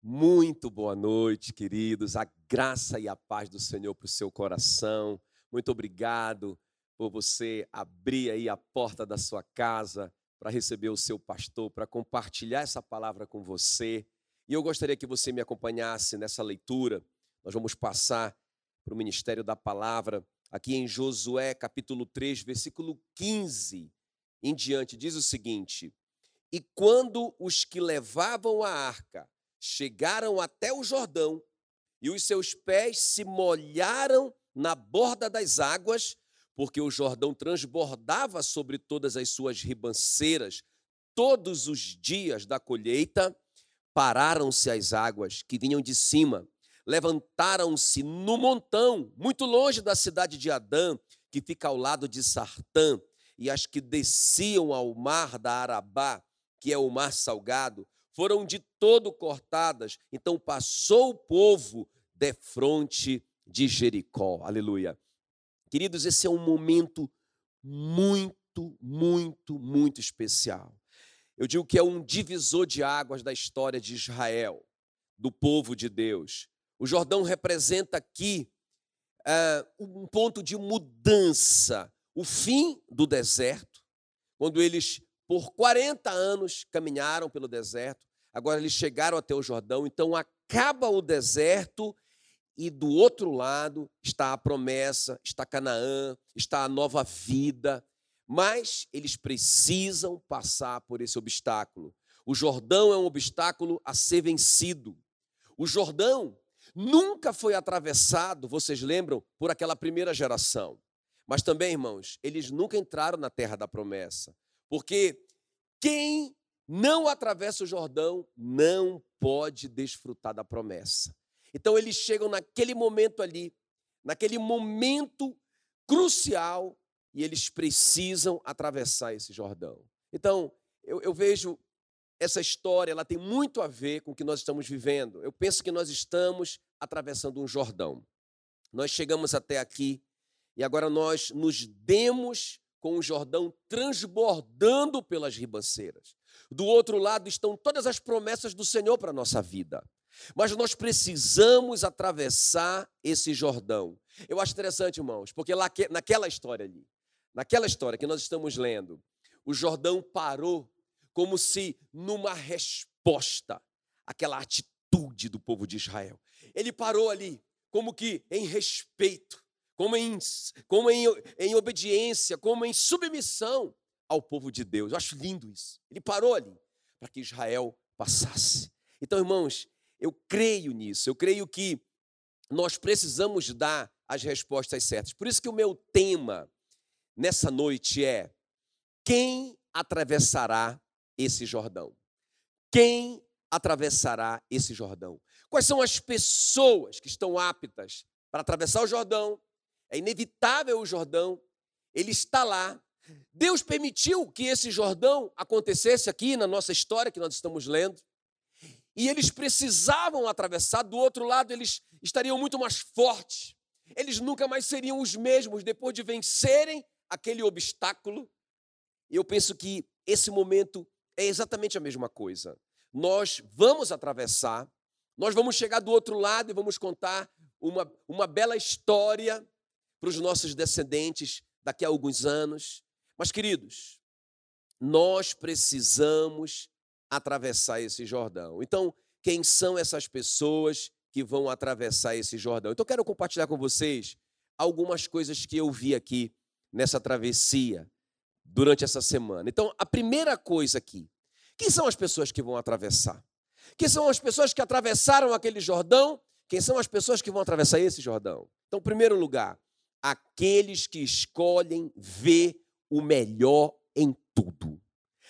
Muito boa noite, queridos. A graça e a paz do Senhor para o seu coração. Muito obrigado por você abrir aí a porta da sua casa para receber o seu pastor, para compartilhar essa palavra com você. E eu gostaria que você me acompanhasse nessa leitura. Nós vamos passar para o ministério da palavra aqui em Josué, capítulo 3, versículo 15 em diante. Diz o seguinte: E quando os que levavam a arca chegaram até o Jordão, e os seus pés se molharam na borda das águas, porque o Jordão transbordava sobre todas as suas ribanceiras todos os dias da colheita, pararam-se as águas que vinham de cima, levantaram-se no montão, muito longe da cidade de Adã, que fica ao lado de Sartã, e as que desciam ao mar da Arabá, que é o mar salgado, foram de todo cortadas. Então passou o povo defronte de Jericó. Aleluia. Queridos, esse é um momento muito especial. Eu digo que é um divisor de águas da história de Israel, do povo de Deus. O Jordão representa aqui um ponto de mudança, o fim do deserto, quando eles por 40 anos caminharam pelo deserto, agora eles chegaram até o Jordão, então acaba o deserto e do outro lado está a promessa, está Canaã, está a nova vida, mas eles precisam passar por esse obstáculo. O Jordão é um obstáculo a ser vencido. O Jordão nunca foi atravessado, vocês lembram, por aquela primeira geração. Mas também, irmãos, eles nunca entraram na terra da promessa. Porque quem não atravessa o Jordão não pode desfrutar da promessa. Então eles chegam naquele momento ali, naquele momento crucial, e eles precisam atravessar esse Jordão. Então, eu vejo essa história, ela tem muito a ver com o que nós estamos vivendo. Eu penso que nós estamos atravessando um Jordão. Nós chegamos até aqui e agora nós nos demos com o Jordão transbordando pelas ribanceiras. Do outro lado estão todas as promessas do Senhor para a nossa vida. Mas nós precisamos atravessar esse Jordão. Eu acho interessante, irmãos, porque lá naquela história ali, naquela história que nós estamos lendo, o Jordão parou como se numa resposta àquela atitude do povo de Israel. Ele parou ali como que em respeito, como em obediência, como em submissão ao povo de Deus. Eu acho lindo isso. Ele parou ali para que Israel passasse. Então, irmãos, eu creio nisso. Eu creio que nós precisamos dar as respostas certas. Por isso que o meu tema nessa noite é: quem atravessará esse Jordão? Quem atravessará esse Jordão? Quais são as pessoas que estão aptas para atravessar o Jordão? É inevitável o Jordão, ele está lá. Deus permitiu que esse Jordão acontecesse aqui na nossa história que nós estamos lendo. E eles precisavam atravessar, do outro lado eles estariam muito mais fortes. Eles nunca mais seriam os mesmos depois de vencerem aquele obstáculo. E eu penso que esse momento é exatamente a mesma coisa. Nós vamos atravessar, nós vamos chegar do outro lado e vamos contar uma bela história para os nossos descendentes daqui a alguns anos. Mas, queridos, nós precisamos atravessar esse Jordão. Então, quem são essas pessoas que vão atravessar esse Jordão? Então, eu quero compartilhar com vocês algumas coisas que eu vi aqui nessa travessia durante essa semana. Então, a primeira coisa aqui: quem são as pessoas que vão atravessar? Quem são as pessoas que atravessaram aquele Jordão? Quem são as pessoas que vão atravessar esse Jordão? Então, em primeiro lugar, aqueles que escolhem ver o melhor em tudo.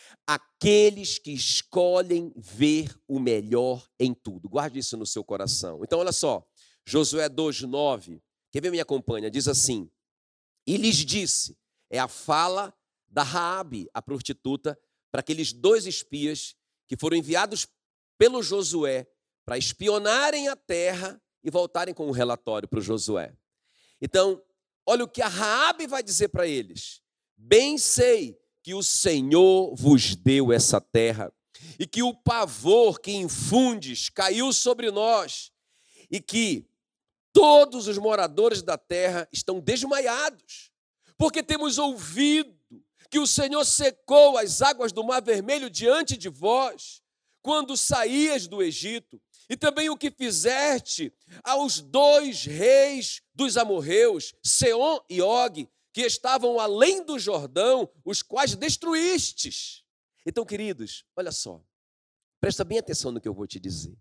Aqueles que escolhem ver o melhor em tudo. Guarde isso no seu coração. Então, olha só, Josué 2:9, quer ver, me acompanha, diz assim: E lhes disse, é a fala da Raabe, a prostituta, para aqueles 2 espias que foram enviados pelo Josué para espionarem a terra e voltarem com um relatório para o Josué. Então, olha o que a Raabe vai dizer para eles: bem sei que o Senhor vos deu essa terra e que o pavor que infundes caiu sobre nós, e que todos os moradores da terra estão desmaiados, porque temos ouvido que o Senhor secou as águas do Mar Vermelho diante de vós, quando saías do Egito, e também o que fizeste aos 2 reis dos amorreus, Seom e Og, que estavam além do Jordão, os quais destruístes. Então, queridos, olha só, presta bem atenção no que eu vou te dizer.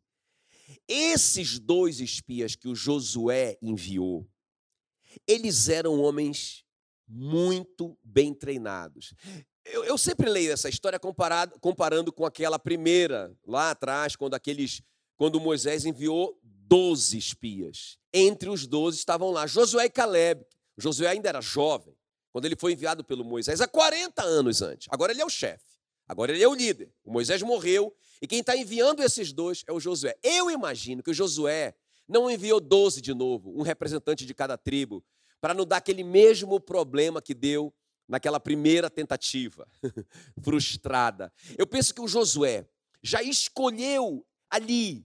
Esses 2 espias que o Josué enviou, eles eram homens muito bem treinados. Eu sempre leio essa história comparando com aquela primeira, lá atrás, quando Moisés enviou 12 espias. Entre os 12 estavam lá Josué e Caleb. Josué ainda era jovem, quando ele foi enviado pelo Moisés, há 40 anos antes. Agora ele é o chefe, agora ele é o líder. O Moisés morreu, e quem está enviando esses 2 é o Josué. Eu imagino que o Josué não enviou 12 de novo, um representante de cada tribo, para não dar aquele mesmo problema que deu naquela primeira tentativa, frustrada. Eu penso que o Josué já escolheu ali,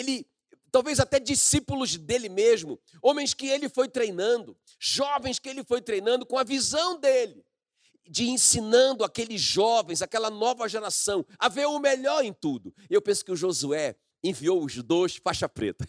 talvez até discípulos dele mesmo, homens que ele foi treinando, jovens que ele foi treinando com a visão dele, de ensinando aqueles jovens, aquela nova geração, a ver o melhor em tudo. Eu penso que o Josué enviou os 2 faixa preta.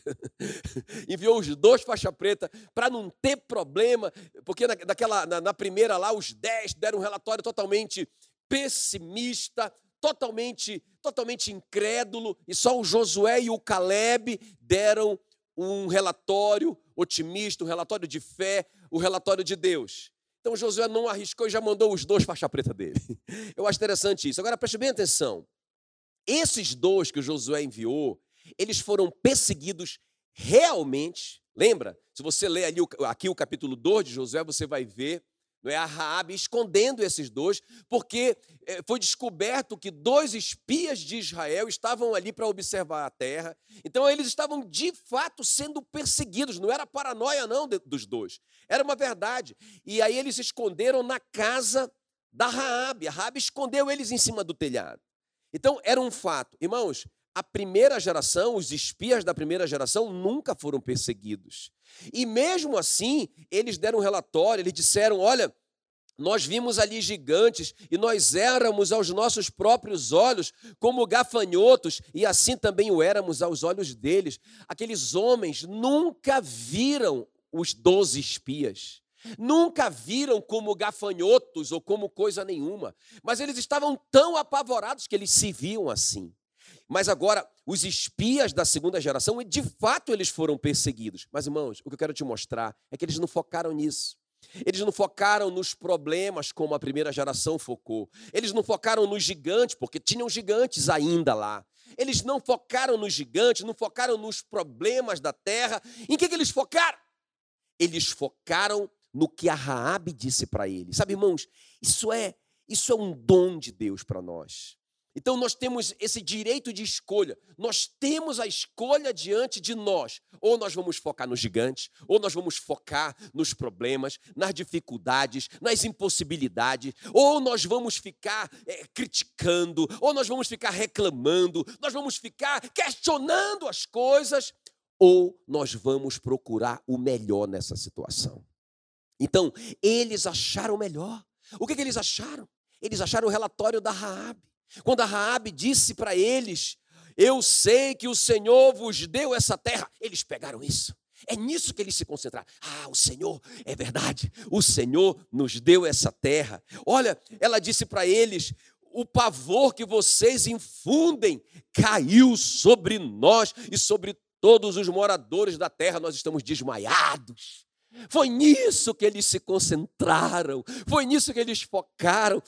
Enviou os 2 faixa preta para não ter problema, porque na primeira lá, os 10 deram um relatório totalmente pessimista, totalmente incrédulo, e só o Josué e o Caleb deram um relatório otimista, um relatório de fé, o relatório de Deus. Então Josué não arriscou e já mandou os 2 faixa preta dele. Eu acho interessante isso. Agora preste bem atenção. Esses 2 que o Josué enviou, eles foram perseguidos realmente. Lembra? Se você ler aqui o capítulo 2 de Josué, você vai ver, não é, a Raabe escondendo esses 2, porque foi descoberto que 2 espias de Israel estavam ali para observar a terra. Então eles estavam de fato sendo perseguidos, não era paranoia não dos 2, era uma verdade. E aí eles se esconderam na casa da Raabe. A Raabe escondeu eles em cima do telhado. Então era um fato. Irmãos, a primeira geração, os espias da primeira geração nunca foram perseguidos. E mesmo assim, eles deram um relatório, eles disseram, olha, nós vimos ali gigantes e nós éramos aos nossos próprios olhos como gafanhotos e assim também o éramos aos olhos deles. Aqueles homens nunca viram os 12 espias. Nunca viram como gafanhotos ou como coisa nenhuma. Mas eles estavam tão apavorados que eles se viam assim. Mas agora, os espias da segunda geração, de fato, eles foram perseguidos. Mas, irmãos, o que eu quero te mostrar é que eles não focaram nisso. Eles não focaram nos problemas como a primeira geração focou. Eles não focaram nos gigantes, porque tinham gigantes ainda lá. Eles não focaram nos gigantes, não focaram nos problemas da terra. Em que eles focaram? Eles focaram no que a Raabe disse para eles. Sabe, irmãos, isso é um dom de Deus para nós. Então, nós temos esse direito de escolha. Nós temos a escolha diante de nós. Ou nós vamos focar nos gigantes, ou nós vamos focar nos problemas, nas dificuldades, nas impossibilidades, ou nós vamos ficar criticando, ou nós vamos ficar reclamando, nós vamos ficar questionando as coisas, ou nós vamos procurar o melhor nessa situação. Então, eles acharam o melhor. O que eles acharam? Eles acharam o relatório da Raabe. Quando a Raabe disse para eles, eu sei que o Senhor vos deu essa terra, eles pegaram isso. É nisso que eles se concentraram. O Senhor, é verdade, o Senhor nos deu essa terra. Olha, ela disse para eles, o pavor que vocês infundem caiu sobre nós e sobre todos os moradores da terra, nós estamos desmaiados. Foi nisso que eles se concentraram, foi nisso que eles focaram,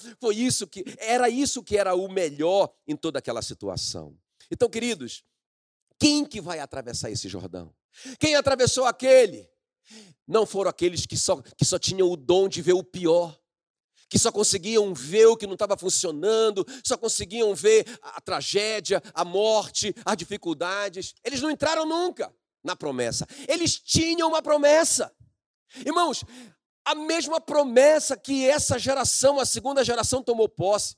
era isso que era o melhor em toda aquela situação. Então, queridos, quem que vai atravessar esse Jordão? Quem atravessou aquele? Não foram aqueles que só tinham o dom de ver o pior, que só conseguiam ver o que não estava funcionando, só conseguiam ver a tragédia, a morte, as dificuldades. Eles não entraram nunca na promessa. Eles tinham uma promessa. Irmãos, a mesma promessa que essa geração, a segunda geração tomou posse,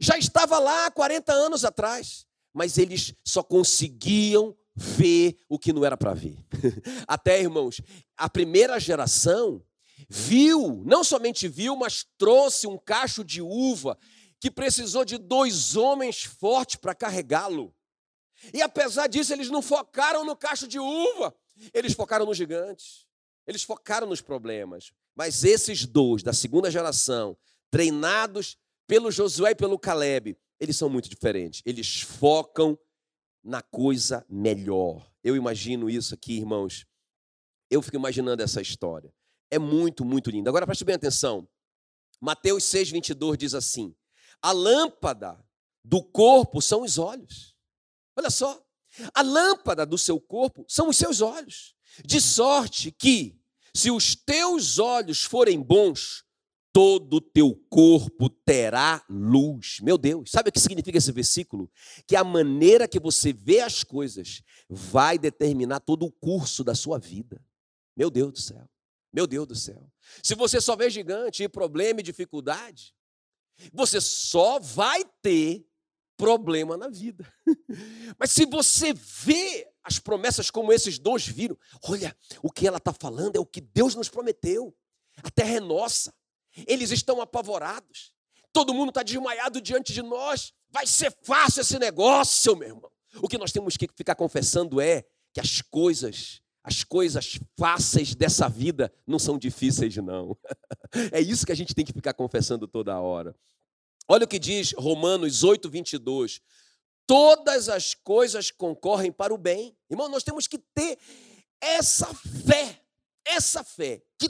já estava lá há 40 anos atrás, mas eles só conseguiam ver o que não era para ver. Até, irmãos, a primeira geração viu, não somente viu, mas trouxe um cacho de uva que precisou de 2 homens fortes para carregá-lo. E apesar disso, eles não focaram no cacho de uva, eles focaram nos gigantes, eles focaram nos problemas. Mas esses 2 da segunda geração, treinados pelo Josué e pelo Caleb, eles são muito diferentes. Eles focam na coisa melhor. Eu imagino isso aqui, irmãos. Eu fico imaginando essa história. É muito, muito lindo. Agora preste bem atenção. Mateus 6:22 diz assim: a lâmpada do corpo são os olhos. Olha só. A lâmpada do seu corpo são os seus olhos. De sorte que, se os teus olhos forem bons, todo o teu corpo terá luz. Meu Deus, sabe o que significa esse versículo? Que a maneira que você vê as coisas vai determinar todo o curso da sua vida. Meu Deus do céu, meu Deus do céu. Se você só vê gigante e problema e dificuldade, você só vai ter problema na vida. Mas se você vê as promessas como esses 2 viram, olha, o que ela está falando é o que Deus nos prometeu. A terra é nossa. Eles estão apavorados. Todo mundo está desmaiado diante de nós. Vai ser fácil esse negócio, meu irmão. O que nós temos que ficar confessando é que as coisas fáceis dessa vida não são difíceis, não. É isso que a gente tem que ficar confessando toda hora. Olha o que diz Romanos 8:22. Todas as coisas concorrem para o bem. Irmão, nós temos que ter essa fé, que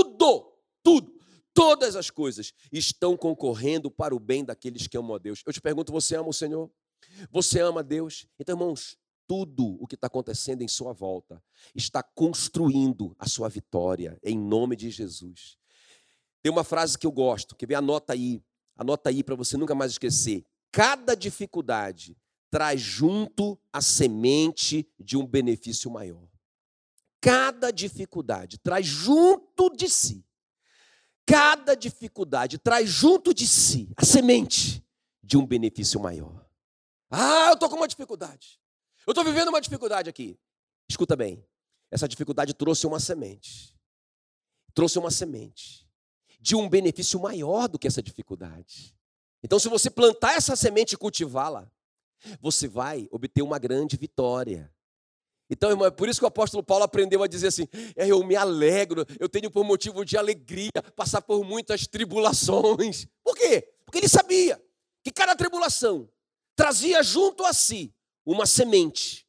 todas as coisas estão concorrendo para o bem daqueles que amam a Deus. Eu te pergunto, você ama o Senhor? Você ama a Deus? Então, irmãos, tudo o que está acontecendo em sua volta está construindo a sua vitória, em nome de Jesus. Tem uma frase que eu gosto, quer ver? Anota aí para você nunca mais esquecer. Cada dificuldade traz junto a semente de um benefício maior. Cada dificuldade traz junto de si. Cada dificuldade traz junto de si a semente de um benefício maior. Ah, eu estou com uma dificuldade. Eu estou vivendo uma dificuldade aqui. Escuta bem, essa dificuldade trouxe uma semente. Trouxe uma semente de um benefício maior do que essa dificuldade. Então, se você plantar essa semente e cultivá-la, você vai obter uma grande vitória. Então, irmão, é por isso que o apóstolo Paulo aprendeu a dizer assim: eu me alegro, eu tenho por motivo de alegria passar por muitas tribulações. Por quê? Porque ele sabia que cada tribulação trazia junto a si uma semente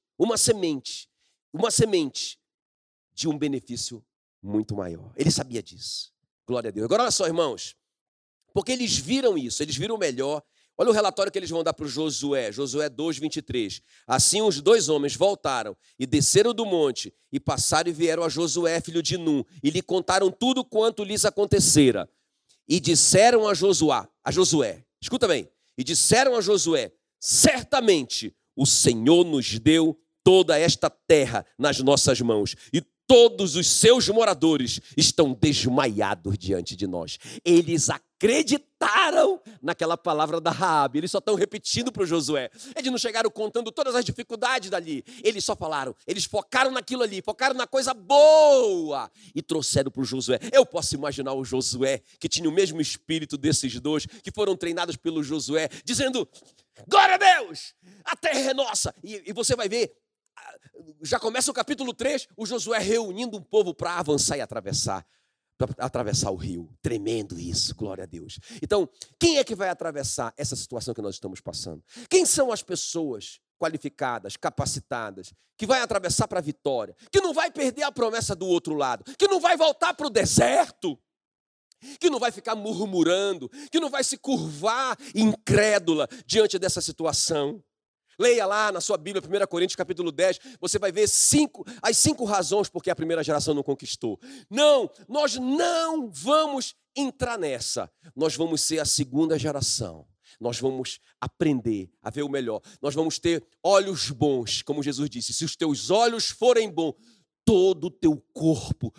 de um benefício muito maior. Ele sabia disso. Glória a Deus. Agora, olha só, irmãos, porque eles viram isso, eles viram melhor. Olha o relatório que eles vão dar para o Josué, Josué 2:23. Assim os 2 homens voltaram e desceram do monte e passaram e vieram a Josué, filho de Num, e lhe contaram tudo quanto lhes acontecera. E disseram a Josué, escuta bem, e disseram a Josué: certamente o Senhor nos deu toda esta terra nas nossas mãos, e todos os seus moradores estão desmaiados diante de nós. Eles acreditaram naquela palavra da Raabe. Eles só estão repetindo para o Josué. Eles não chegaram contando todas as dificuldades dali. Eles só falaram, eles focaram naquilo ali, focaram na coisa boa e trouxeram para o Josué. Eu posso imaginar o Josué, que tinha o mesmo espírito desses 2, que foram treinados pelo Josué, dizendo: glória a Deus, a terra é nossa. E você vai ver, já começa o capítulo 3, o Josué reunindo um povo para avançar e atravessar o rio. Tremendo isso, glória a Deus. Então, quem é que vai atravessar essa situação que nós estamos passando? Quem são as pessoas qualificadas, capacitadas, que vai atravessar para a vitória, que não vai perder a promessa do outro lado, que não vai voltar para o deserto, que não vai ficar murmurando, que não vai se curvar incrédula diante dessa situação? Leia lá na sua Bíblia, 1 Coríntios capítulo 10, você vai ver as 5 razões por que a primeira geração não conquistou. Não, nós não vamos entrar nessa. Nós vamos ser a segunda geração. Nós vamos aprender a ver o melhor. Nós vamos ter olhos bons, como Jesus disse: se os teus olhos forem bons, todo o teu corpo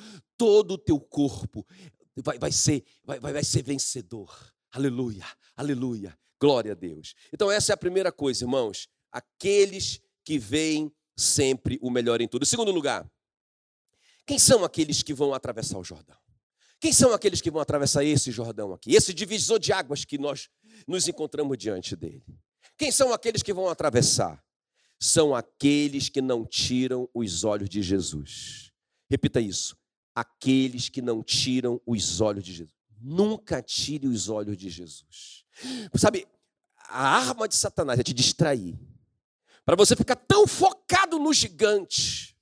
vai ser vencedor. Aleluia, aleluia. Glória a Deus. Então essa é a primeira coisa, irmãos. Aqueles que veem sempre o melhor em tudo. Em segundo lugar, quem são aqueles que vão atravessar o Jordão? Quem são aqueles que vão atravessar esse Jordão aqui? Esse divisor de águas que nós nos encontramos diante dele. Quem são aqueles que vão atravessar? São aqueles que não tiram os olhos de Jesus. Repita isso. Aqueles que não tiram os olhos de Jesus. Nunca tire os olhos de Jesus. Sabe, a arma de Satanás é te distrair. Para você ficar tão focado no gigante,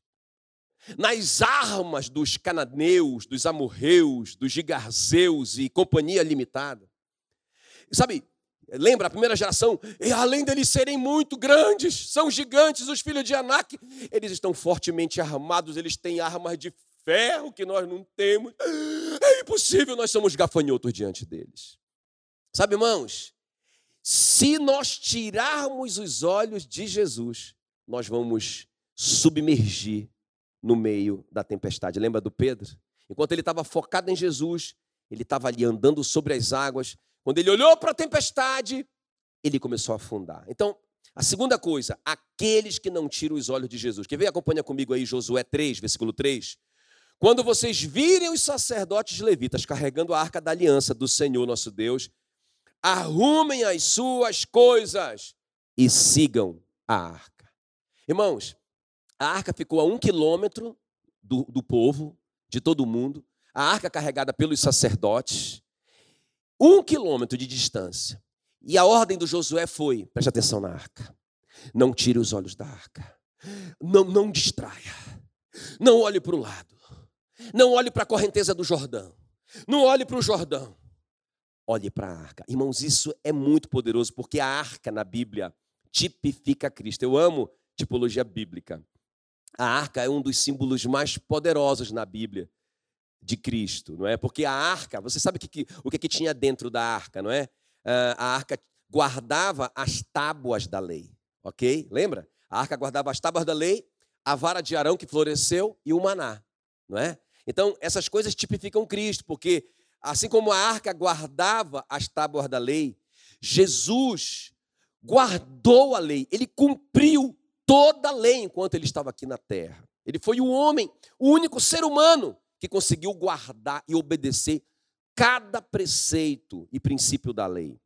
nas armas dos cananeus, dos amorreus, dos gigarzeus e companhia limitada. Sabe, lembra a primeira geração? E além deles serem muito grandes, são gigantes, os filhos de Anak, eles estão fortemente armados, eles têm armas de ferro que nós não temos. É impossível, nós somos gafanhotos diante deles. Sabe, irmãos, se nós tirarmos os olhos de Jesus, nós vamos submergir no meio da tempestade. Lembra do Pedro? Enquanto ele estava focado em Jesus, ele estava ali andando sobre as águas. Quando ele olhou para a tempestade, ele começou a afundar. Então, a segunda coisa, aqueles que não tiram os olhos de Jesus. Quer ver? Acompanha comigo aí Josué 3, versículo 3. Quando vocês virem os sacerdotes levitas carregando a arca da aliança do Senhor nosso Deus, arrumem as suas coisas e sigam a arca. Irmãos, a arca ficou a 1 quilômetro do povo, de todo mundo. A arca carregada pelos sacerdotes. 1 quilômetro de distância. E a ordem do Josué foi, preste atenção na arca. Não tire os olhos da arca. Não distraia. Não olhe para o lado. Não olhe para a correnteza do Jordão. Não olhe para o Jordão. Olhe para a arca. Irmãos, isso é muito poderoso, porque a arca na Bíblia tipifica Cristo. Eu amo tipologia bíblica. A arca é um dos símbolos mais poderosos na Bíblia de Cristo, não é? Porque a arca, você sabe o que tinha dentro da arca, não é? A arca guardava as tábuas da lei, ok? Lembra? A arca guardava as tábuas da lei, a vara de Arão que floresceu e o maná, não é? Então, essas coisas tipificam Cristo, porque assim como a arca guardava as tábuas da lei, Jesus guardou a lei, ele cumpriu toda a lei enquanto ele estava aqui na terra. Ele foi o homem, o único ser humano que conseguiu guardar e obedecer cada preceito e princípio da lei.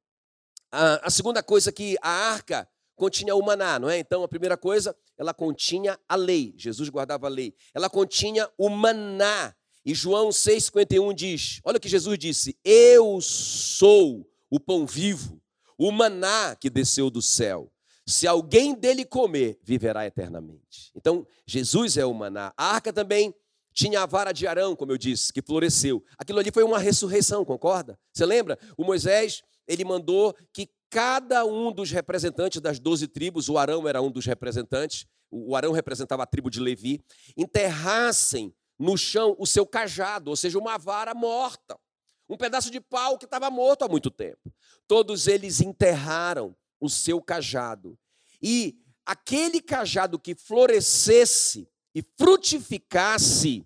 A segunda coisa é que a arca continha o maná, não é? Então, a primeira coisa, ela continha a lei. Jesus guardava a lei. Ela continha o maná. E João 6,51 diz, olha o que Jesus disse, eu sou o pão vivo, o maná que desceu do céu. Se alguém dele comer, viverá eternamente. Então, Jesus é o maná. A arca também tinha a vara de Arão, como eu disse, que floresceu. Aquilo ali foi uma ressurreição, concorda? Você lembra? O Moisés, ele mandou que cada um dos representantes das 12 tribos, o Arão era um dos representantes, o Arão representava a tribo de Levi, enterrassem no chão o seu cajado, ou seja, uma vara morta, um pedaço de pau que estava morto há muito tempo. Todos eles enterraram o seu cajado. E aquele cajado que florescesse e frutificasse,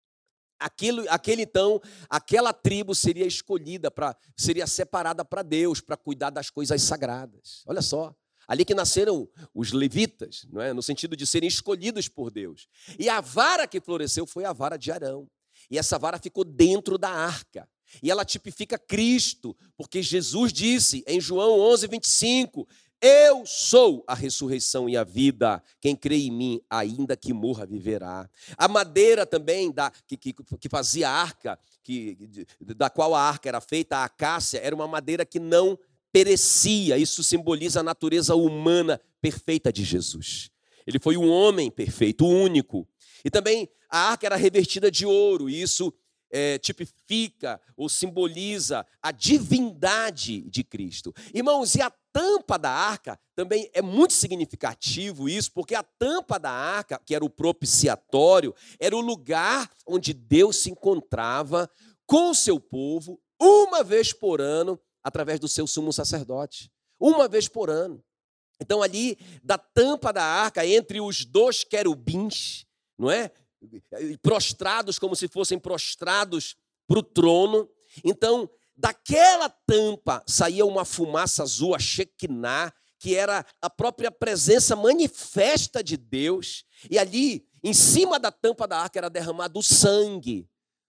aquela tribo seria escolhida, seria separada para Deus, para cuidar das coisas sagradas. Olha só, ali que nasceram os levitas, não é? No sentido de serem escolhidos por Deus. E a vara que floresceu foi a vara de Arão. E essa vara ficou dentro da arca. E ela tipifica Cristo, porque Jesus disse em João 11:25, eu sou a ressurreição e a vida, quem crê em mim, ainda que morra, viverá. A madeira também que fazia a arca, da qual a arca era feita, a acácia, era uma madeira que não perecia. Isso simboliza a natureza humana perfeita de Jesus. Ele foi um homem perfeito, único. E também a arca era revestida de ouro, e isso tipifica ou simboliza a divindade de Cristo. Irmãos, e a tampa da arca também é muito significativo isso, porque a tampa da arca, que era o propiciatório, era o lugar onde Deus se encontrava com o seu povo, uma vez por ano, através do seu sumo sacerdote. Uma vez por ano. Então, ali, da tampa da arca, entre os dois querubins, não é? Prostrados, como se fossem prostrados para o trono. Então, daquela tampa saía uma fumaça azul, a Shekinah, que era a própria presença manifesta de Deus. E ali, em cima da tampa da arca, era derramado o sangue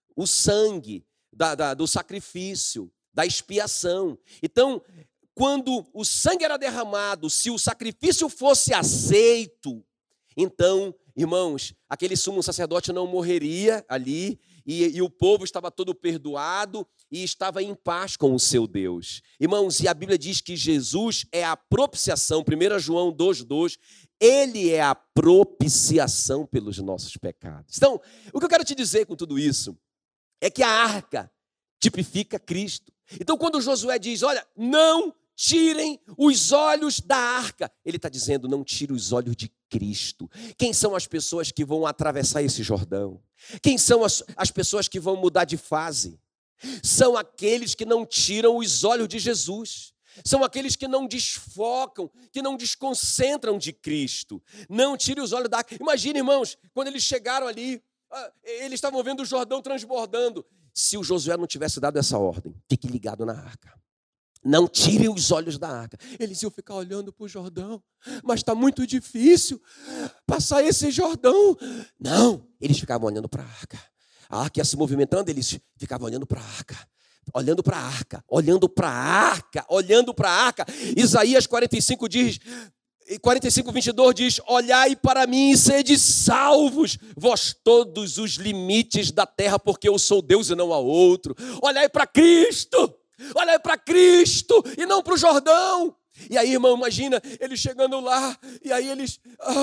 do sacrifício, da expiação. Então, quando o sangue era derramado, se o sacrifício fosse aceito, então, irmãos, aquele sumo sacerdote não morreria ali, e o povo estava todo perdoado e estava em paz com o seu Deus. Irmãos, e a Bíblia diz que Jesus é a propiciação, 1 João 2,2, ele é a propiciação pelos nossos pecados. Então, o que eu quero te dizer com tudo isso é que a arca tipifica Cristo. Então, quando Josué diz, olha, não tirem os olhos da arca, ele está dizendo, não tire os olhos de Cristo. Quem são as pessoas que vão atravessar esse Jordão? Quem são as pessoas que vão mudar de fase? São aqueles que não tiram os olhos de Jesus. São aqueles que não desfocam, que não desconcentram de Cristo. Não tire os olhos da arca. Imagina, irmãos, quando eles chegaram ali, eles estavam vendo o Jordão transbordando. Se o Josué não tivesse dado essa ordem, fique ligado na arca. Não tire os olhos da arca. Eles iam ficar olhando para o Jordão, mas está muito difícil passar esse Jordão. Não, eles ficavam olhando para a arca. A arca ia se movimentando, eles ficavam olhando para a arca. Olhando para a arca, olhando para a arca, olhando para a arca. Isaías 45 diz, 45:22 diz, olhai para mim e sede salvos, vós todos os limites da terra, porque eu sou Deus e não há outro. Olhai para Cristo. Olha para Cristo e não para o Jordão. E aí, irmão, imagina eles chegando lá, e aí eles...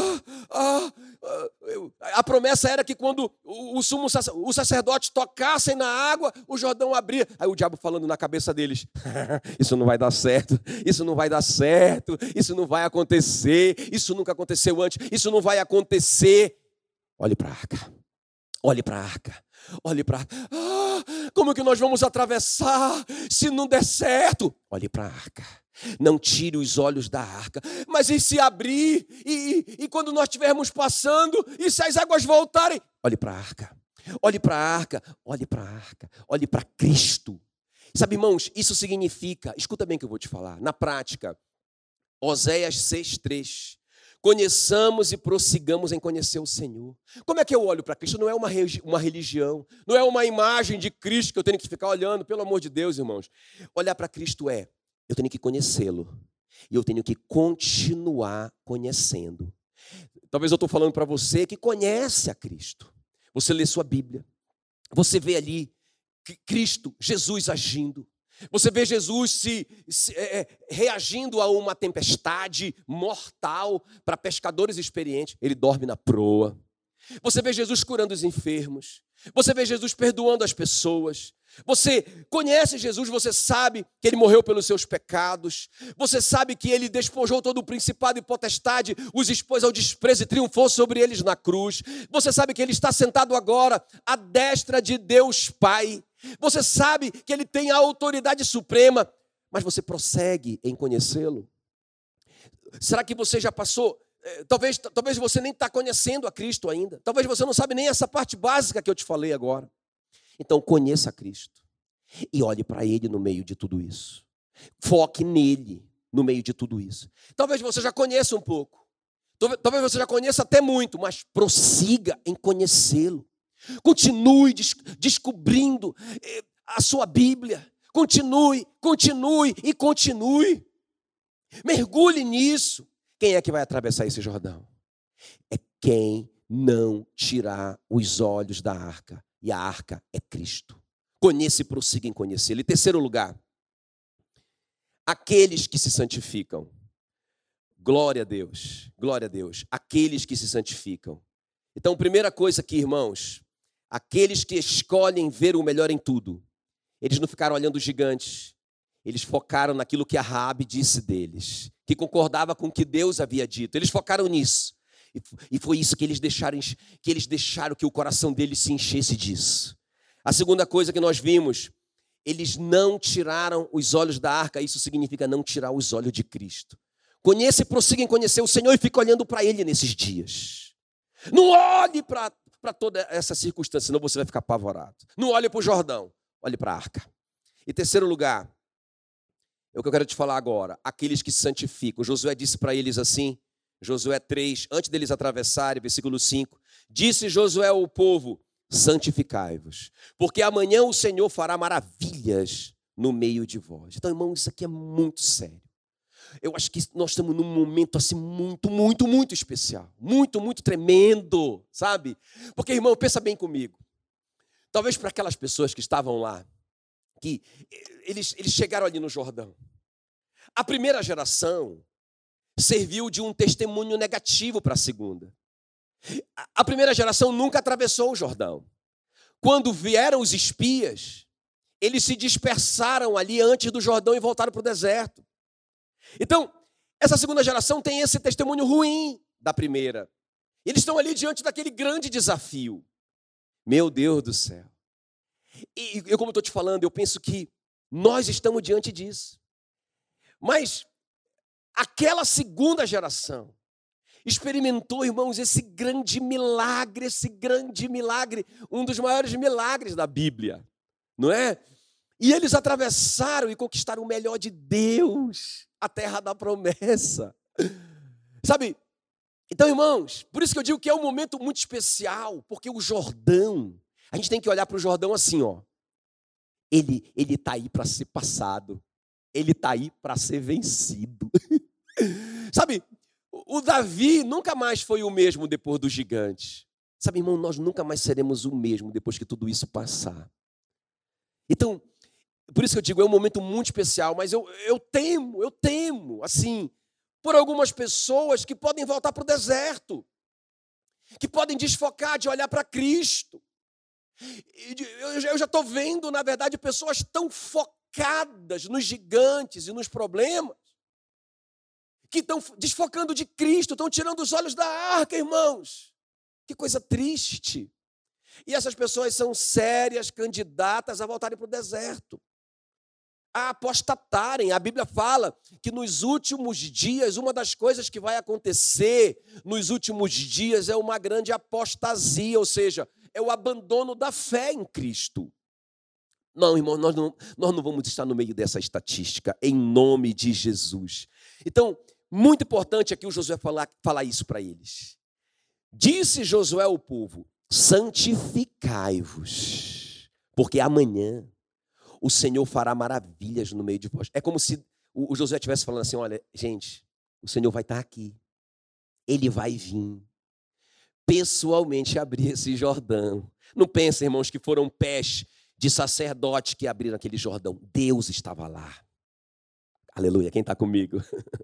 a promessa era que quando o sacerdote tocassem na água, o Jordão abria. Aí o diabo falando na cabeça deles, isso não vai dar certo, isso não vai dar certo, isso não vai acontecer, isso nunca aconteceu antes, isso não vai acontecer. Olhe para a arca, olhe para a arca. Olhe para... como que nós vamos atravessar se não der certo? Olhe para a arca. Não tire os olhos da arca. Mas e se abrir? E quando nós estivermos passando? E se as águas voltarem? Olhe para a arca. Olhe para a arca. Olhe para a arca. Olhe para Cristo. Sabe, irmãos, isso significa... Escuta bem o que eu vou te falar. Na prática, Oséias 6:3. Conheçamos e prossigamos em conhecer o Senhor. Como é que eu olho para Cristo? Não é uma religião, não é uma imagem de Cristo que eu tenho que ficar olhando, pelo amor de Deus, irmãos. Olhar para Cristo eu tenho que conhecê-lo e eu tenho que continuar conhecendo. Talvez eu estou falando para você que conhece a Cristo. Você lê sua Bíblia, você vê ali Cristo, Jesus agindo. Você vê Jesus reagindo a uma tempestade mortal para pescadores experientes. Ele dorme na proa. Você vê Jesus curando os enfermos. Você vê Jesus perdoando as pessoas. Você conhece Jesus, você sabe que Ele morreu pelos seus pecados. Você sabe que Ele despojou todo o principado e potestade, os expôs ao desprezo e triunfou sobre eles na cruz. Você sabe que Ele está sentado agora à destra de Deus Pai. Você sabe que Ele tem a autoridade suprema, mas você prossegue em conhecê-lo? Será que você já passou? Talvez você nem está conhecendo a Cristo ainda. Talvez você não sabe nem essa parte básica que eu te falei agora. Então conheça a Cristo e olhe para Ele no meio de tudo isso. Foque nele no meio de tudo isso. Talvez você já conheça um pouco. Talvez você já conheça até muito, mas prossiga em conhecê-lo. Continue descobrindo a sua Bíblia. Continue. Mergulhe nisso. Quem é que vai atravessar esse Jordão? É quem não tirar os olhos da arca. E a arca é Cristo. Conheça e prossiga em conhecê-lo. E terceiro lugar, aqueles que se santificam. Glória a Deus, glória a Deus. Aqueles que se santificam. Então, primeira coisa aqui, irmãos, aqueles que escolhem ver o melhor em tudo. Eles não ficaram olhando os gigantes. Eles focaram naquilo que a Raabe disse deles, que concordava com o que Deus havia dito. Eles focaram nisso. E foi isso que eles deixaram que o coração deles se enchesse disso. A segunda coisa que nós vimos, eles não tiraram os olhos da arca. Isso significa não tirar os olhos de Cristo. Conheça e prossiga em conhecer o Senhor e fique olhando para Ele nesses dias. Não olhe para toda essa circunstância, senão você vai ficar apavorado. Não olhe para o Jordão, olhe para a arca. Em terceiro lugar, é o que eu quero te falar agora, aqueles que se santificam. Josué disse para eles assim, Josué 3, antes deles atravessarem, versículo 5, disse Josué ao povo, santificai-vos, porque amanhã o Senhor fará maravilhas no meio de vós. Então, irmão, isso aqui é muito sério. Eu acho que nós estamos num momento assim muito, muito, muito especial. Muito, muito tremendo, sabe? Porque, irmão, pensa bem comigo. Talvez para aquelas pessoas que estavam lá, que eles chegaram ali no Jordão. A primeira geração serviu de um testemunho negativo para a segunda. A primeira geração nunca atravessou o Jordão. Quando vieram os espias, eles se dispersaram ali antes do Jordão e voltaram para o deserto. Então, essa segunda geração tem esse testemunho ruim da primeira. Eles estão ali diante daquele grande desafio. Meu Deus do céu. E eu, como estou te falando, eu penso que nós estamos diante disso. Mas aquela segunda geração experimentou, irmãos, esse grande milagre, um dos maiores milagres da Bíblia, não é? E eles atravessaram e conquistaram o melhor de Deus, a terra da promessa. Sabe? Então, irmãos, por isso que eu digo que é um momento muito especial, porque o Jordão, a gente tem que olhar para o Jordão assim, ó. Ele está aí para ser passado, ele está aí para ser vencido. Sabe, o Davi nunca mais foi o mesmo depois dos gigantes. Sabe, irmão, nós nunca mais seremos o mesmo depois que tudo isso passar. Então, por isso que eu digo, é um momento muito especial, mas eu temo, assim, por algumas pessoas que podem voltar para o deserto, que podem desfocar de olhar para Cristo. Eu já estou vendo, na verdade, pessoas tão focadas nos gigantes e nos problemas, que estão desfocando de Cristo, estão tirando os olhos da arca, irmãos. Que coisa triste. E essas pessoas são sérias candidatas a voltarem para o deserto, a apostatarem. A Bíblia fala que nos últimos dias, uma das coisas que vai acontecer nos últimos dias é uma grande apostasia, ou seja, é o abandono da fé em Cristo. Não, irmão, nós não vamos estar no meio dessa estatística, em nome de Jesus. Então, muito importante aqui o Josué falar isso para eles. Disse Josué ao povo, santificai-vos, porque amanhã o Senhor fará maravilhas no meio de vós. É como se o Josué estivesse falando assim, olha, gente, o Senhor vai estar aqui. Ele vai vir pessoalmente abrir esse Jordão. Não pensem, irmãos, que foram pés de sacerdotes que abriram aquele Jordão. Deus estava lá. Aleluia, quem está comigo?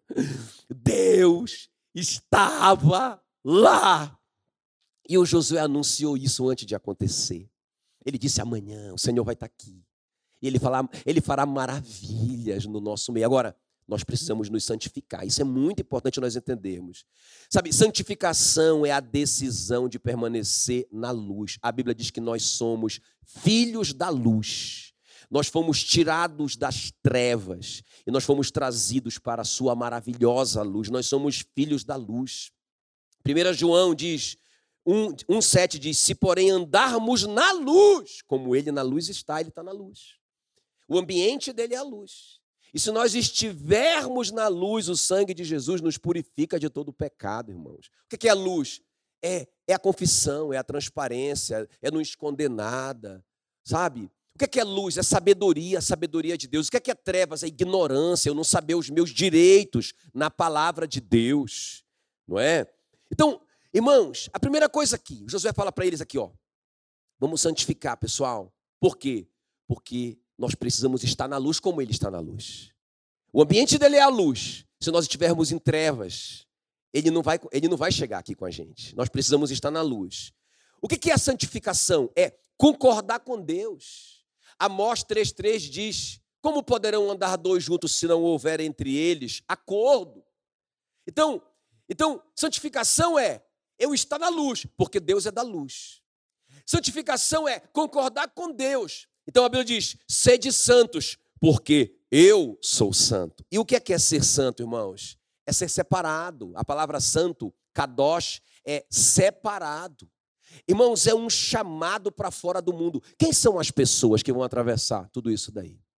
Deus estava lá. E o Josué anunciou isso antes de acontecer. Ele disse, amanhã o Senhor vai estar aqui. E ele fará maravilhas no nosso meio. Agora, nós precisamos nos santificar. Isso é muito importante nós entendermos. Sabe, santificação é a decisão de permanecer na luz. A Bíblia diz que nós somos filhos da luz. Nós fomos tirados das trevas e nós fomos trazidos para a sua maravilhosa luz. Nós somos filhos da luz. 1 João diz, 1,7 diz, se porém andarmos na luz, como ele na luz está, ele está na luz. O ambiente dele é a luz. E se nós estivermos na luz, o sangue de Jesus nos purifica de todo o pecado, irmãos. O que é a luz? É a confissão, é a transparência, é não esconder nada, sabe? O que é luz? É sabedoria, a sabedoria de Deus. O que é trevas? É ignorância, eu não saber os meus direitos na palavra de Deus, não é? Então, irmãos, a primeira coisa aqui, o Josué fala para eles aqui, ó, vamos santificar, pessoal. Por quê? Porque nós precisamos estar na luz como ele está na luz. O ambiente dele é a luz. Se nós estivermos em trevas, ele não vai chegar aqui com a gente. Nós precisamos estar na luz. O que é a santificação? É concordar com Deus. Amós 3,3 diz, como poderão andar dois juntos se não houver entre eles acordo? Então, santificação é eu estar na luz, porque Deus é da luz. Santificação é concordar com Deus. Então a Bíblia diz, sede santos, porque eu sou santo. E o que é ser santo, irmãos? É ser separado. A palavra santo, kadosh, é separado. Irmãos, é um chamado para fora do mundo. Quem são as pessoas que vão atravessar tudo isso daí?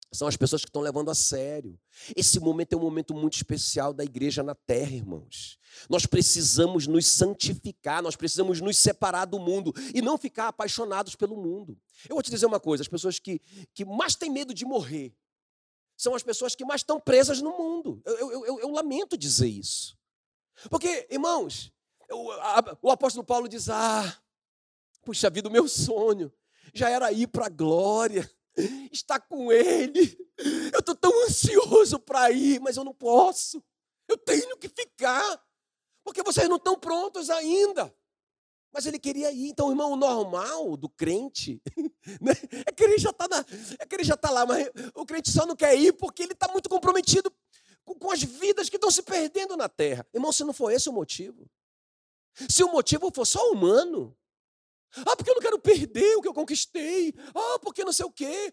São as pessoas que estão levando a sério. Esse momento é um momento muito especial da igreja na terra, irmãos. Nós precisamos nos santificar, nós precisamos nos separar do mundo e não ficar apaixonados pelo mundo. Eu vou te dizer uma coisa, as pessoas que mais têm medo de morrer são as pessoas que mais estão presas no mundo. Eu lamento dizer isso. Porque, irmãos, o apóstolo Paulo diz, puxa vida, o meu sonho já era ir para a glória, estar com ele. Eu estou tão ansioso para ir, mas eu não posso. Eu tenho que ficar, porque vocês não estão prontos ainda. Mas ele queria ir. Então, irmão, o normal do crente né, é que ele já está lá, mas o crente só não quer ir porque ele está muito comprometido com as vidas que estão se perdendo na terra. Irmão, se não for esse o motivo, se o motivo for só humano, porque eu não quero perder o que eu conquistei, porque não sei o quê,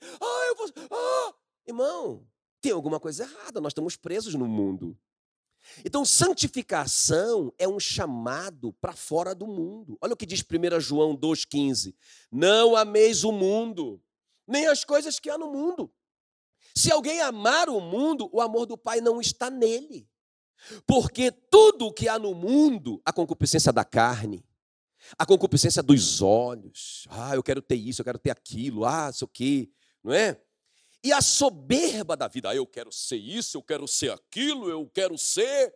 irmão, tem alguma coisa errada, nós estamos presos no mundo. Então, santificação é um chamado para fora do mundo. Olha o que diz 1 João 2,15. Não ameis o mundo, nem as coisas que há no mundo. Se alguém amar o mundo, o amor do Pai não está nele. Porque tudo o que há no mundo, a concupiscência da carne, a concupiscência dos olhos, eu quero ter isso, eu quero ter aquilo, isso aqui, não é? E a soberba da vida, eu quero ser isso, eu quero ser aquilo, eu quero ser.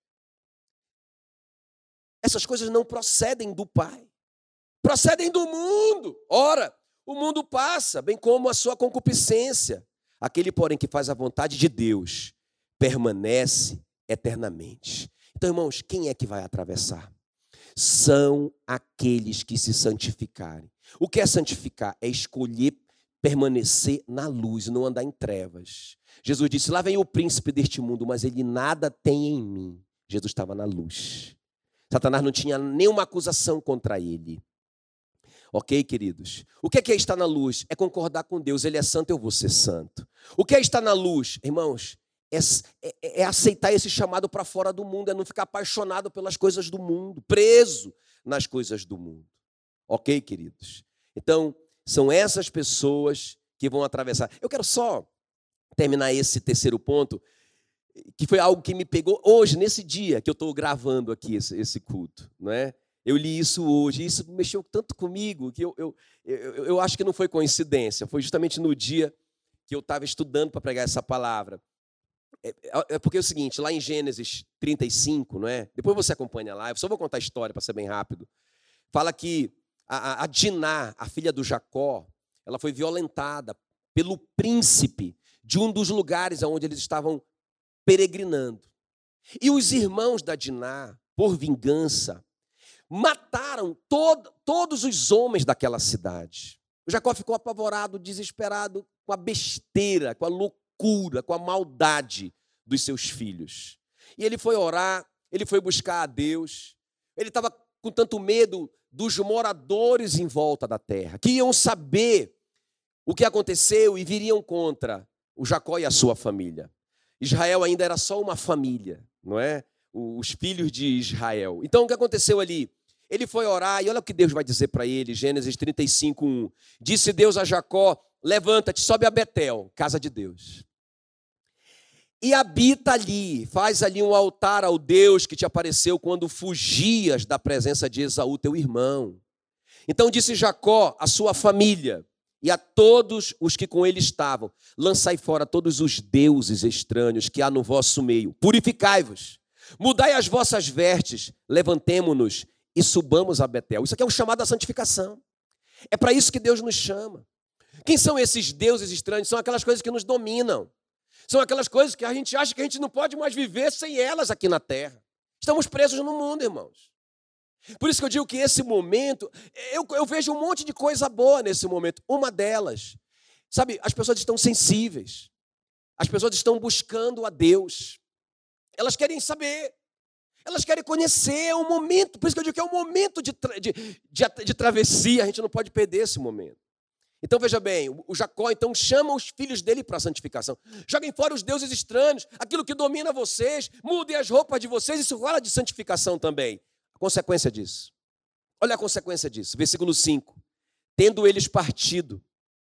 Essas coisas não procedem do Pai, procedem do mundo. Ora, o mundo passa, bem como a sua concupiscência. Aquele, porém, que faz a vontade de Deus, permanece eternamente. Então, irmãos, quem é que vai atravessar? São aqueles que se santificarem. O que é santificar? É escolher permanecer na luz, não andar em trevas. Jesus disse, lá vem o príncipe deste mundo, mas ele nada tem em mim. Jesus estava na luz. Satanás não tinha nenhuma acusação contra ele. Ok, queridos? O que é estar na luz? É concordar com Deus. Ele é santo, eu vou ser santo. O que é estar na luz? Irmãos, é aceitar esse chamado para fora do mundo, é não ficar apaixonado pelas coisas do mundo, preso nas coisas do mundo. Ok, queridos? Então, são essas pessoas que vão atravessar. Eu quero só terminar esse terceiro ponto, que foi algo que me pegou hoje, nesse dia que eu estou gravando aqui esse culto, não é? Eu li isso hoje, e isso mexeu tanto comigo, que eu acho que não foi coincidência, foi justamente no dia que eu estava estudando para pregar essa palavra. É porque é o seguinte, lá em Gênesis 35, não é? Depois você acompanha lá, eu só vou contar a história para ser bem rápido. Fala que a Diná, a filha do Jacó, ela foi violentada pelo príncipe de um dos lugares onde eles estavam peregrinando. E os irmãos da Diná, por vingança, mataram todos os homens daquela cidade. O Jacó ficou apavorado, desesperado com a besteira, com a loucura, com a maldade dos seus filhos. E ele foi orar, ele foi buscar a Deus. Ele estava com tanto medo dos moradores em volta da terra, que iam saber o que aconteceu e viriam contra o Jacó e a sua família. Israel ainda era só uma família, não é? Os filhos de Israel. Então, o que aconteceu ali? Ele foi orar, e olha o que Deus vai dizer para ele, Gênesis 35:1. Disse Deus a Jacó, levanta-te, sobe a Betel, casa de Deus. E habita ali, faz ali um altar ao Deus que te apareceu quando fugias da presença de Esaú, teu irmão. Então disse Jacó à sua família e a todos os que com ele estavam, lançai fora todos os deuses estranhos que há no vosso meio, purificai-vos, mudai as vossas vestes, levantemo-nos e subamos a Betel. Isso aqui é um chamado à santificação. É para isso que Deus nos chama. Quem são esses deuses estranhos? São aquelas coisas que nos dominam. São aquelas coisas que a gente acha que a gente não pode mais viver sem elas aqui na terra. Estamos presos no mundo, irmãos. Por isso que eu digo que esse momento, eu vejo um monte de coisa boa nesse momento. Uma delas, sabe, as pessoas estão sensíveis. As pessoas estão buscando a Deus. Elas querem saber. Elas querem conhecer, é um momento. Por isso que eu digo que é um momento de travessia. A gente não pode perder esse momento. Então, veja bem, o Jacó, então, chama os filhos dele para a santificação. Joguem fora os deuses estranhos, aquilo que domina vocês, mudem as roupas de vocês, isso fala de santificação também. A consequência disso. Olha a consequência disso, versículo 5. Tendo eles partido,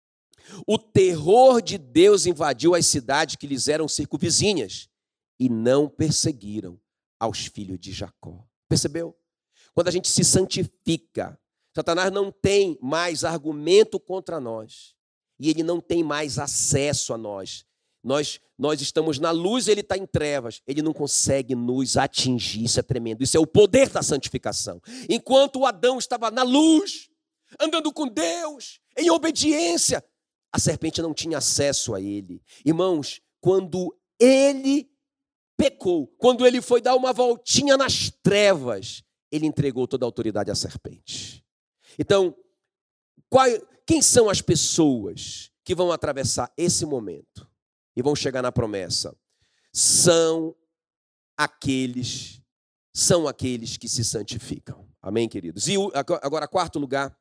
O terror de Deus invadiu as cidades que lhes eram circunvizinhas e não perseguiram aos filhos de Jacó. Percebeu? Quando a gente se santifica, Satanás não tem mais argumento contra nós. E ele não tem mais acesso a nós. Nós estamos na luz e ele está em trevas. Ele não consegue nos atingir. Isso é tremendo. Isso é o poder da santificação. Enquanto o Adão estava na luz, andando com Deus, em obediência, a serpente não tinha acesso a ele. Irmãos, quando ele pecou, quando ele foi dar uma voltinha nas trevas, ele entregou toda a autoridade à serpente. Então, quem são as pessoas que vão atravessar esse momento e vão chegar na promessa? São aqueles que se santificam. Amém, queridos? E agora, quarto lugar,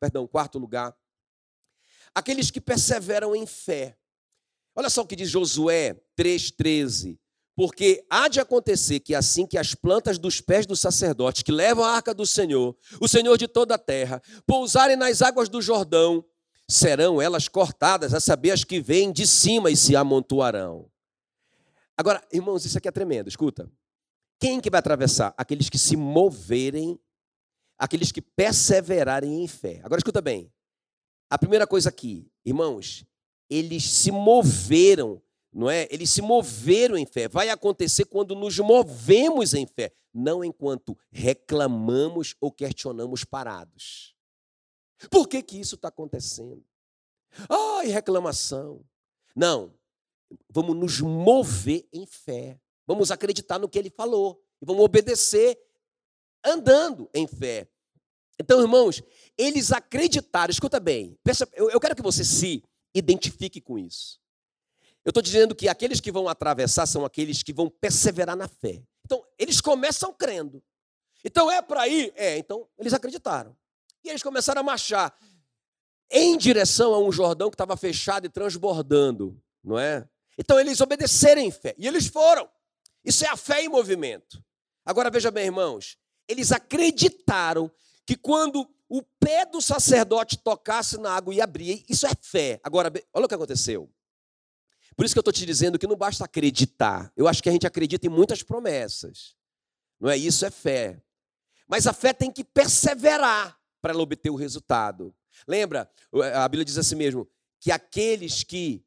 aqueles que perseveram em fé. Olha só o que diz Josué 3,13. Porque há de acontecer que assim que as plantas dos pés dos sacerdotes que levam a arca do Senhor, o Senhor de toda a terra, pousarem nas águas do Jordão, serão elas cortadas, a saber, as que vêm de cima e se amontoarão. Agora, irmãos, isso aqui é tremendo, escuta. Quem que vai atravessar? Aqueles que se moverem, aqueles que perseverarem em fé. Agora, escuta bem. A primeira coisa aqui, irmãos, eles se moveram, não é? Eles se moveram em fé. Vai acontecer quando nos movemos em fé, não enquanto reclamamos ou questionamos parados. Por que isso está acontecendo? Ai, reclamação. Não, vamos nos mover em fé. Vamos acreditar no que ele falou e vamos obedecer andando em fé. Então, irmãos, eles acreditaram. Escuta bem, eu quero que você se identifique com isso. Eu estou dizendo que aqueles que vão atravessar são aqueles que vão perseverar na fé. Então, eles começam crendo. Então, é para ir? Então, eles acreditaram. E eles começaram a marchar em direção a um Jordão que estava fechado e transbordando, não é? Então, eles obedeceram em fé. E eles foram. Isso é a fé em movimento. Agora, veja bem, irmãos. Eles acreditaram que quando o pé do sacerdote tocasse na água e abria, isso é fé. Agora, olha o que aconteceu. Por isso que eu estou te dizendo que não basta acreditar. Eu acho que a gente acredita em muitas promessas. Não é? Isso é fé. Mas a fé tem que perseverar para ela obter o resultado. Lembra? A Bíblia diz assim mesmo, que aqueles que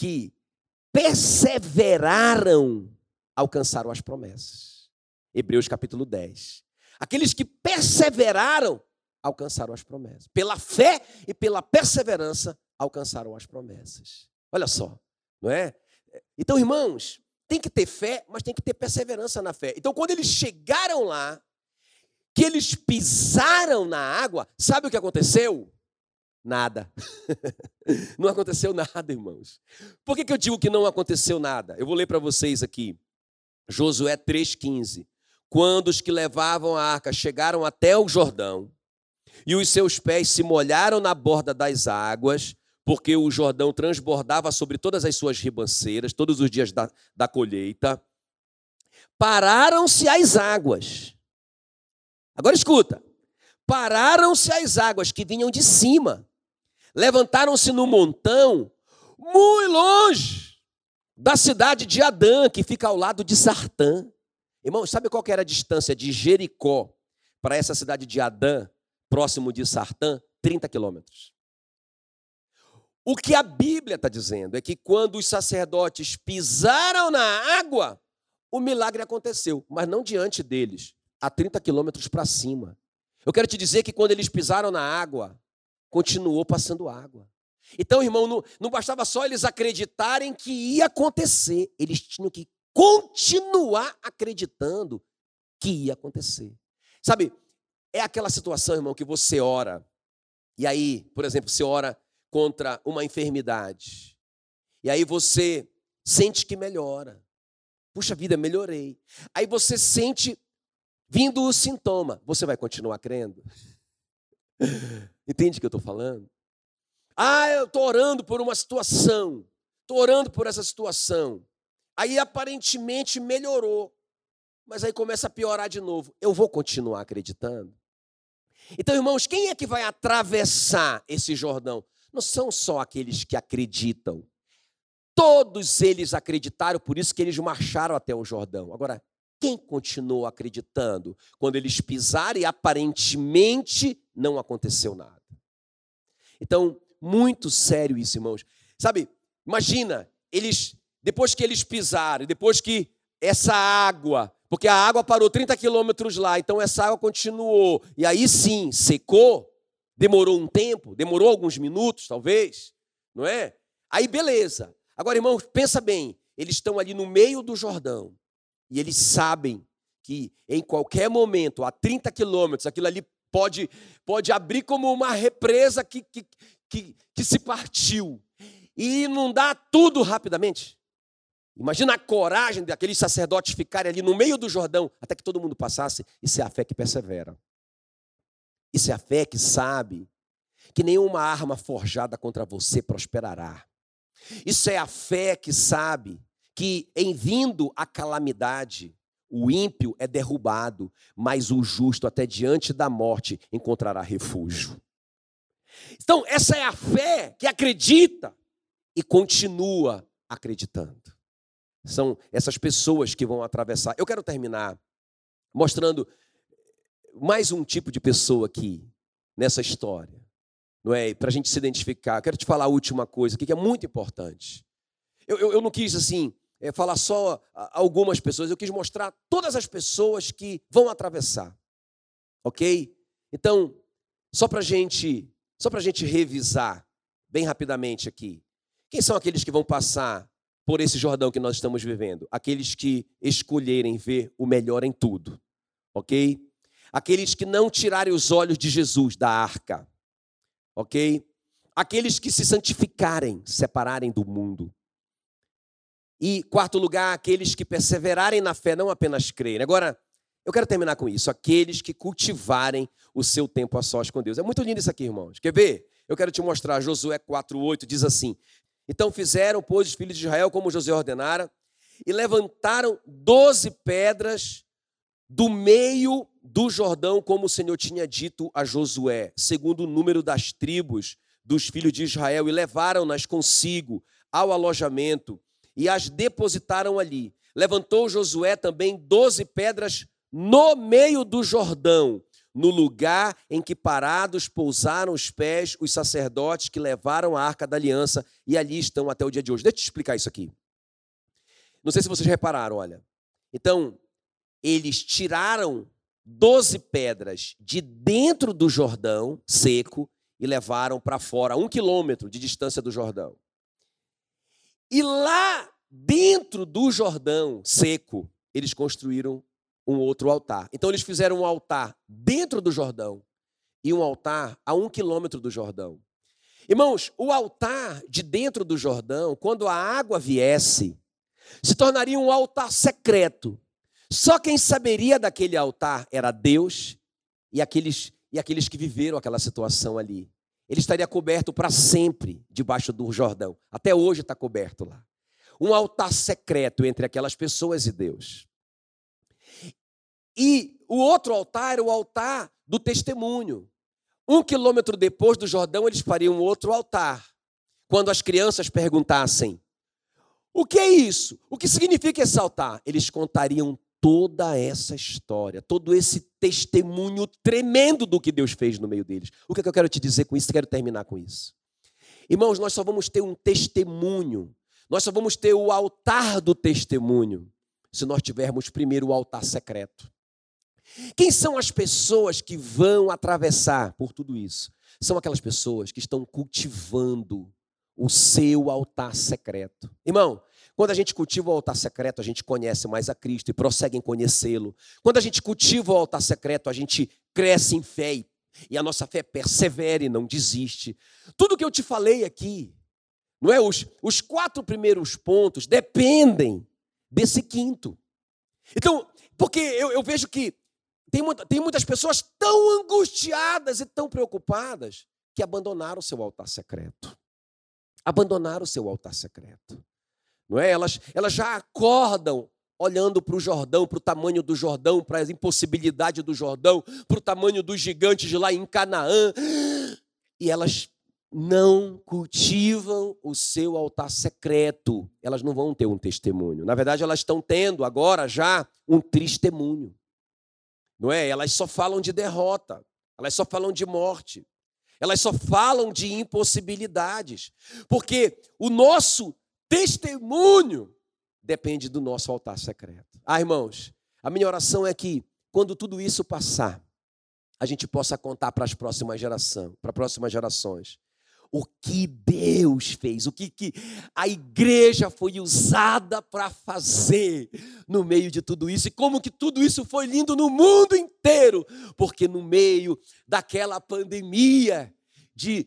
perseveraram alcançaram as promessas. Hebreus capítulo 10. Aqueles que perseveraram alcançaram as promessas. Pela fé e pela perseverança alcançaram as promessas. Olha só. Não é? Então, irmãos, tem que ter fé, mas tem que ter perseverança na fé. Então, quando eles chegaram lá, que eles pisaram na água, sabe o que aconteceu? Nada. Não aconteceu nada, irmãos. Por que eu digo que não aconteceu nada? Eu vou ler para vocês aqui. Josué 3,15. Quando os que levavam a arca chegaram até o Jordão, e os seus pés se molharam na borda das águas, porque o Jordão transbordava sobre todas as suas ribanceiras, todos os dias da colheita, pararam-se as águas. Agora escuta. Pararam-se as águas que vinham de cima. Levantaram-se no montão, muito longe da cidade de Adã, que fica ao lado de Sartã. Irmão, sabe qual que era a distância de Jericó para essa cidade de Adã, próximo de Sartã? 30 quilômetros. O que a Bíblia está dizendo é que quando os sacerdotes pisaram na água, o milagre aconteceu, mas não diante deles, a 30 quilômetros para cima. Eu quero te dizer que quando eles pisaram na água, continuou passando água. Então, irmão, não bastava só eles acreditarem que ia acontecer, eles tinham que continuar acreditando que ia acontecer. Sabe, é aquela situação, irmão, que você ora, e aí, por exemplo, você ora contra uma enfermidade. E aí você sente que melhora. Puxa vida, melhorei. Aí você sente vindo o sintoma. Você vai continuar crendo? Entende o que eu estou falando? Eu estou orando por uma situação. Estou orando por essa situação. Aí aparentemente melhorou. Mas aí começa a piorar de novo. Eu vou continuar acreditando? Então, irmãos, quem é que vai atravessar esse Jordão? não são só aqueles que acreditam. Todos eles acreditaram, por isso que eles marcharam até o Jordão. Agora, quem continuou acreditando quando eles pisaram e aparentemente não aconteceu nada? Então, muito sério isso, irmãos. Sabe, imagina, depois que eles pisaram, depois que essa água, porque a água parou 30 quilômetros lá, então essa água continuou, e aí sim, secou, demorou um tempo, demorou alguns minutos, talvez, não é? Aí beleza. Agora, irmãos, pensa bem, eles estão ali no meio do Jordão, e eles sabem que em qualquer momento, a 30 quilômetros, aquilo ali pode abrir como uma represa que se partiu e inundar tudo rapidamente. Imagina a coragem daqueles sacerdotes ficarem ali no meio do Jordão até que todo mundo passasse. Isso é a fé que persevera. Isso é a fé que sabe que nenhuma arma forjada contra você prosperará. Isso é a fé que sabe que em vindo a calamidade, o ímpio é derrubado, mas o justo até diante da morte encontrará refúgio. Então, essa é a fé que acredita e continua acreditando. São essas pessoas que vão atravessar. Eu quero terminar mostrando mais um tipo de pessoa aqui, nessa história. Não é? Para a gente se identificar. Eu quero te falar a última coisa aqui, que é muito importante. Eu não quis, assim, falar só algumas pessoas. Eu quis mostrar todas as pessoas que vão atravessar. Ok? Então, só para a gente revisar bem rapidamente aqui. Quem são aqueles que vão passar por esse Jordão que nós estamos vivendo? Aqueles que escolherem ver o melhor em tudo, ok? Aqueles que não tirarem os olhos de Jesus da arca, ok? Aqueles que se santificarem, separarem do mundo. E, quarto lugar, aqueles que perseverarem na fé, não apenas crerem. Agora, eu quero terminar com isso. Aqueles que cultivarem o seu tempo a sós com Deus. É muito lindo isso aqui, irmãos. Quer ver? Eu quero te mostrar. Josué 4:8 diz assim: então fizeram, pois, os filhos de Israel como Josué ordenara, e levantaram 12 pedras do meio do Jordão, como o Senhor tinha dito a Josué, segundo o número das tribos dos filhos de Israel, e levaram-nas consigo ao alojamento, e as depositaram ali. Levantou Josué também 12 pedras no meio do Jordão, no lugar em que parados pousaram os pés os sacerdotes que levaram a arca da aliança, e ali estão até o dia de hoje. Deixa eu te explicar isso aqui. Não sei se vocês repararam, olha. Então, eles tiraram 12 pedras de dentro do Jordão seco e levaram para fora, a 1 quilômetro de distância do Jordão. E lá dentro do Jordão seco, eles construíram um outro altar. Então eles fizeram um altar dentro do Jordão e um altar a 1 quilômetro do Jordão. Irmãos, o altar de dentro do Jordão, quando a água viesse, se tornaria um altar secreto. Só quem saberia daquele altar era Deus e aqueles que viveram aquela situação ali. Ele estaria coberto para sempre debaixo do Jordão. Até hoje está coberto lá. Um altar secreto entre aquelas pessoas e Deus. E o outro altar era o altar do testemunho. 1 quilômetro depois do Jordão, eles fariam outro altar. Quando as crianças perguntassem: o que é isso? O que significa esse altar? Eles contariam toda essa história, todo esse testemunho tremendo do que Deus fez no meio deles. O que é que eu quero te dizer com isso? Quero terminar com isso. Irmãos, nós só vamos ter um testemunho, nós só vamos ter o altar do testemunho se nós tivermos primeiro o altar secreto. Quem são as pessoas que vão atravessar por tudo isso? São aquelas pessoas que estão cultivando o seu altar secreto. Irmão, quando a gente cultiva o altar secreto, a gente conhece mais a Cristo e prossegue em conhecê-lo. Quando a gente cultiva o altar secreto, a gente cresce em fé e a nossa fé persevera e não desiste. Tudo que eu te falei aqui, não é? Os 4 primeiros pontos dependem desse quinto. Então, porque eu vejo que tem muitas pessoas tão angustiadas e tão preocupadas que abandonaram o seu altar secreto. Abandonaram o seu altar secreto. Não é? Elas já acordam olhando para o Jordão, para o tamanho do Jordão, para a impossibilidade do Jordão, para o tamanho dos gigantes de lá em Canaã. E elas não cultivam o seu altar secreto, elas não vão ter um testemunho. Na verdade, elas estão tendo agora já um testemunho. Não é? Elas só falam de derrota, elas só falam de morte, elas só falam de impossibilidades, porque o nosso testemunho depende do nosso altar secreto. Irmãos, a minha oração é que quando tudo isso passar, a gente possa contar para as próximas gerações, o que Deus fez, o que a igreja foi usada para fazer no meio de tudo isso, e como que tudo isso foi lindo no mundo inteiro, porque no meio daquela pandemia de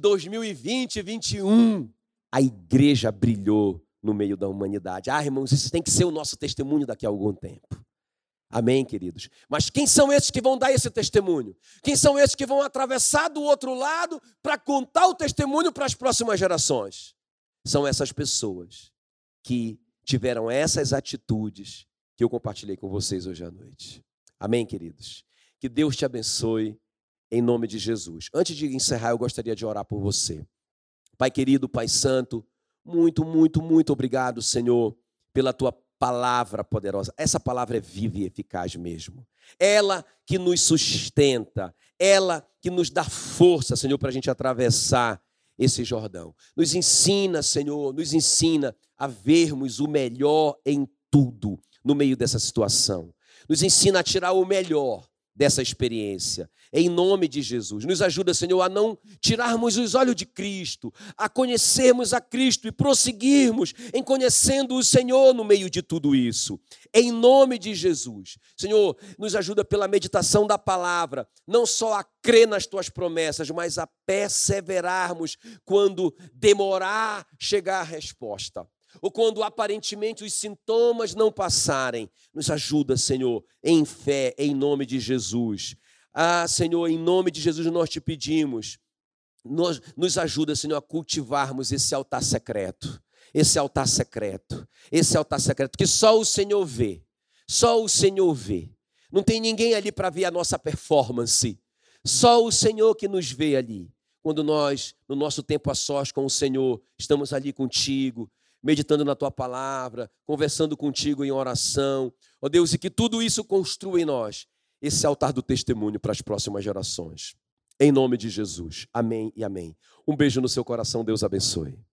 2020 e 2021, a igreja brilhou no meio da humanidade. Irmãos, isso tem que ser o nosso testemunho daqui a algum tempo. Amém, queridos? Mas quem são esses que vão dar esse testemunho? Quem são esses que vão atravessar do outro lado para contar o testemunho para as próximas gerações? São essas pessoas que tiveram essas atitudes que eu compartilhei com vocês hoje à noite. Amém, queridos? Que Deus te abençoe em nome de Jesus. Antes de encerrar, eu gostaria de orar por você. Pai querido, Pai santo, muito, muito, muito obrigado, Senhor, pela tua palavra poderosa. Essa palavra é viva e eficaz mesmo. Ela que nos sustenta, ela que nos dá força, Senhor, para a gente atravessar esse Jordão. Nos ensina, Senhor, nos ensina a vermos o melhor em tudo no meio dessa situação. Nos ensina a tirar o melhor dessa experiência, em nome de Jesus. Nos ajuda, Senhor, a não tirarmos os olhos de Cristo, a conhecermos a Cristo e prosseguirmos em conhecendo o Senhor no meio de tudo isso, em nome de Jesus. Senhor, nos ajuda pela meditação da palavra, não só a crer nas tuas promessas, mas a perseverarmos quando demorar chegar a resposta, ou quando aparentemente os sintomas não passarem. Nos ajuda, Senhor, em fé, em nome de Jesus. Senhor, em nome de Jesus nós te pedimos, nos ajuda, Senhor, a cultivarmos esse altar secreto, que só o Senhor vê, Não tem ninguém ali para ver a nossa performance, só o Senhor que nos vê ali. Quando nós, no nosso tempo a sós com o Senhor, estamos ali contigo, meditando na tua palavra, conversando contigo em oração, ó Deus, e que tudo isso construa em nós esse altar do testemunho para as próximas gerações. Em nome de Jesus. Amém e amém. Um beijo no seu coração, Deus abençoe.